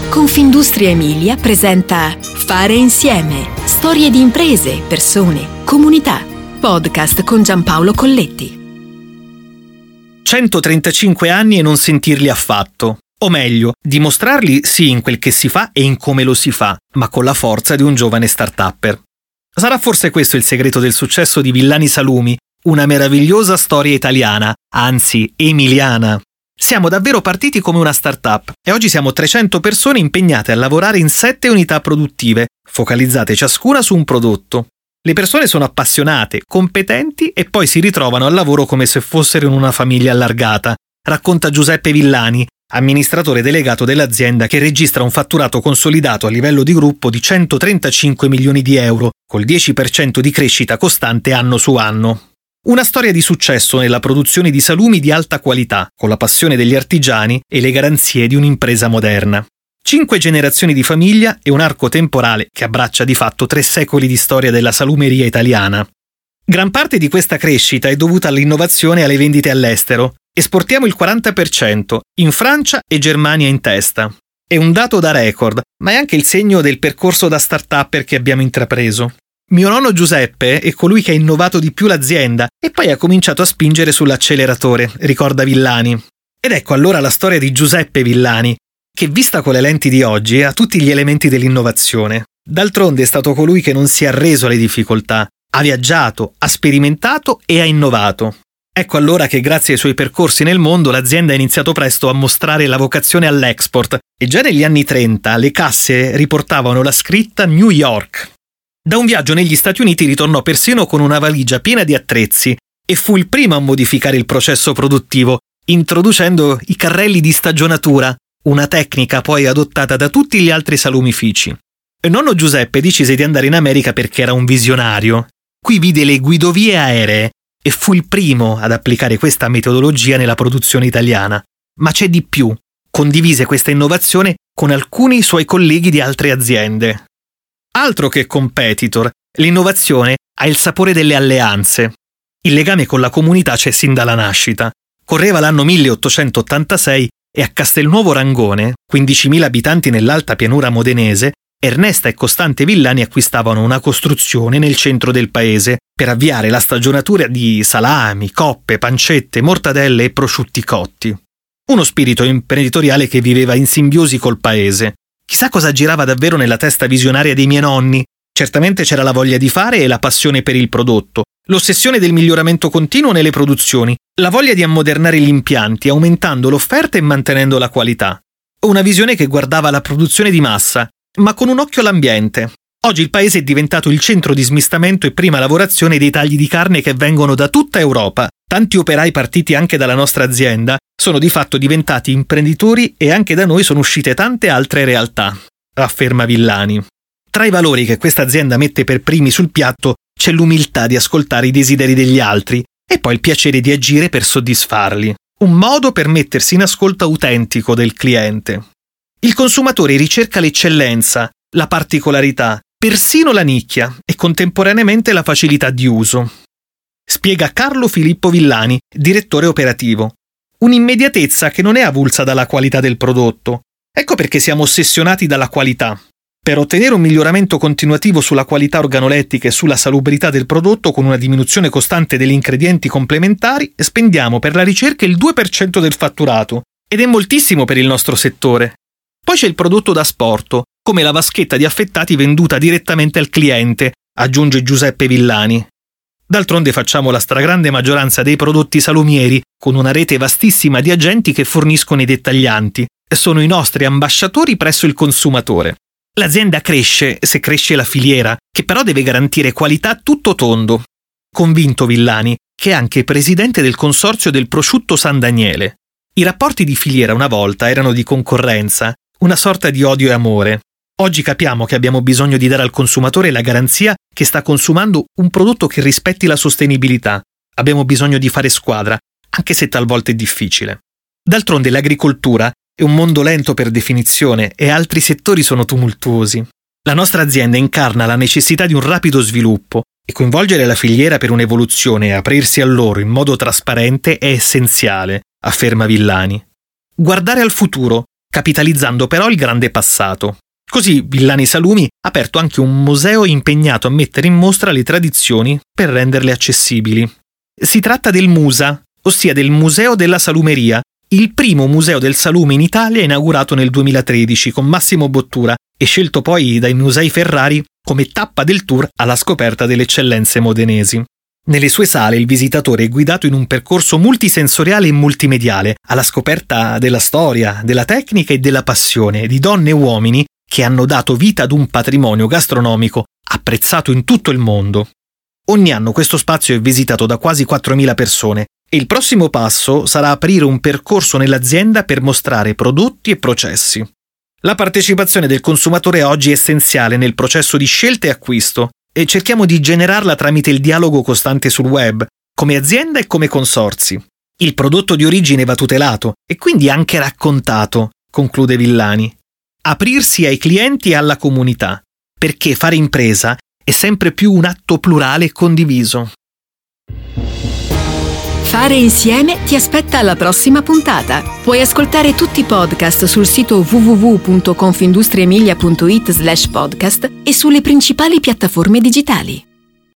Confindustria Emilia presenta Fare insieme. Storie di imprese, persone, comunità. Podcast con Giampaolo Colletti. 135 anni e non sentirli affatto. O meglio, dimostrarli sì in quel che si fa e in come lo si fa, ma con la forza di un giovane start-upper. Sarà forse questo il segreto del successo di Villani Salumi, una meravigliosa storia italiana, anzi emiliana. Siamo davvero partiti come una start-up e oggi siamo 300 persone impegnate a lavorare in 7 unità produttive, focalizzate ciascuna su un prodotto. Le persone sono appassionate, competenti e poi si ritrovano al lavoro come se fossero in una famiglia allargata, racconta Giuseppe Villani, amministratore delegato dell'azienda che registra un fatturato consolidato a livello di gruppo di 135 milioni di euro, col 10% di crescita costante anno su anno. Una storia di successo nella produzione di salumi di alta qualità, con la passione degli artigiani e le garanzie di un'impresa moderna. 5 generazioni di famiglia e un arco temporale che abbraccia di fatto 3 secoli di storia della salumeria italiana. Gran parte di questa crescita è dovuta all'innovazione e alle vendite all'estero. Esportiamo il 40%, in Francia e Germania in testa. È un dato da record, ma è anche il segno del percorso da start-upper che abbiamo intrapreso. Mio nonno Giuseppe è colui che ha innovato di più l'azienda e poi ha cominciato a spingere sull'acceleratore, ricorda Villani. Ed ecco allora la storia di Giuseppe Villani, che vista con le lenti di oggi ha tutti gli elementi dell'innovazione. D'altronde è stato colui che non si è arreso alle difficoltà, ha viaggiato, ha sperimentato e ha innovato. Ecco allora che grazie ai suoi percorsi nel mondo l'azienda ha iniziato presto a mostrare la vocazione all'export e già negli anni 30 le casse riportavano la scritta New York. Da un viaggio negli Stati Uniti ritornò persino con una valigia piena di attrezzi e fu il primo a modificare il processo produttivo, introducendo i carrelli di stagionatura, una tecnica poi adottata da tutti gli altri salumifici. Nonno Giuseppe decise di andare in America perché era un visionario. Qui vide le guidovie aeree e fu il primo ad applicare questa metodologia nella produzione italiana. Ma c'è di più. Condivise questa innovazione con alcuni suoi colleghi di altre aziende. Altro che competitor, l'innovazione ha il sapore delle alleanze. Il legame con la comunità c'è sin dalla nascita. Correva l'anno 1886 e a Castelnuovo Rangone, 15.000 abitanti nell'alta pianura modenese, Ernesta e Costante Villani acquistavano una costruzione nel centro del paese per avviare la stagionatura di salami, coppe, pancette, mortadelle e prosciutti cotti. Uno spirito imprenditoriale che viveva in simbiosi col paese. Chissà cosa girava davvero nella testa visionaria dei miei nonni. Certamente c'era la voglia di fare e la passione per il prodotto, l'ossessione del miglioramento continuo nelle produzioni, la voglia di ammodernare gli impianti, aumentando l'offerta e mantenendo la qualità. Una visione che guardava la produzione di massa, ma con un occhio all'ambiente. Oggi il paese è diventato il centro di smistamento e prima lavorazione dei tagli di carne che vengono da tutta Europa. Tanti operai partiti anche dalla nostra azienda sono di fatto diventati imprenditori e anche da noi sono uscite tante altre realtà, afferma Villani. Tra i valori che questa azienda mette per primi sul piatto c'è l'umiltà di ascoltare i desideri degli altri e poi il piacere di agire per soddisfarli. Un modo per mettersi in ascolto autentico del cliente. Il consumatore ricerca l'eccellenza, la particolarità, persino la nicchia e contemporaneamente la facilità di uso. Spiega Carlo Filippo Villani, direttore operativo. Un'immediatezza che non è avulsa dalla qualità del prodotto. Ecco perché siamo ossessionati dalla qualità. Per ottenere un miglioramento continuativo sulla qualità organolettica e sulla salubrità del prodotto con una diminuzione costante degli ingredienti complementari, spendiamo per la ricerca il 2% del fatturato, ed è moltissimo per il nostro settore. Poi c'è il prodotto da asporto, come la vaschetta di affettati venduta direttamente al cliente, aggiunge Giuseppe Villani. D'altronde facciamo la stragrande maggioranza dei prodotti salumieri con una rete vastissima di agenti che forniscono i dettaglianti e sono i nostri ambasciatori presso il consumatore. L'azienda cresce se cresce la filiera, che però deve garantire qualità a tutto tondo. Convinto Villani, che è anche presidente del consorzio del prosciutto San Daniele. I rapporti di filiera una volta erano di concorrenza, una sorta di odio e amore. Oggi capiamo che abbiamo bisogno di dare al consumatore la garanzia che sta consumando un prodotto che rispetti la sostenibilità. Abbiamo bisogno di fare squadra, anche se talvolta è difficile. D'altronde l'agricoltura è un mondo lento per definizione e altri settori sono tumultuosi. La nostra azienda incarna la necessità di un rapido sviluppo e coinvolgere la filiera per un'evoluzione e aprirsi a loro in modo trasparente è essenziale, afferma Villani. Guardare al futuro, capitalizzando però il grande passato. Così Villani Salumi ha aperto anche un museo impegnato a mettere in mostra le tradizioni per renderle accessibili. Si tratta del MUSA, ossia del Museo della Salumeria, il primo museo del salume in Italia inaugurato nel 2013 con Massimo Bottura e scelto poi dai Musei Ferrari come tappa del tour alla scoperta delle eccellenze modenesi. Nelle sue sale il visitatore è guidato in un percorso multisensoriale e multimediale, alla scoperta della storia, della tecnica e della passione di donne e uomini che hanno dato vita ad un patrimonio gastronomico apprezzato in tutto il mondo. Ogni anno questo spazio è visitato da quasi 4.000 persone e il prossimo passo sarà aprire un percorso nell'azienda per mostrare prodotti e processi. La partecipazione del consumatore oggi è essenziale nel processo di scelta e acquisto e cerchiamo di generarla tramite il dialogo costante sul web, come azienda e come consorzi. Il prodotto di origine va tutelato e quindi anche raccontato, conclude Villani. Aprirsi ai clienti e alla comunità, perché fare impresa è sempre più un atto plurale e condiviso. Fare insieme ti aspetta alla prossima puntata. Puoi ascoltare tutti i podcast sul sito www.confindustriemilia.it/podcast e sulle principali piattaforme digitali.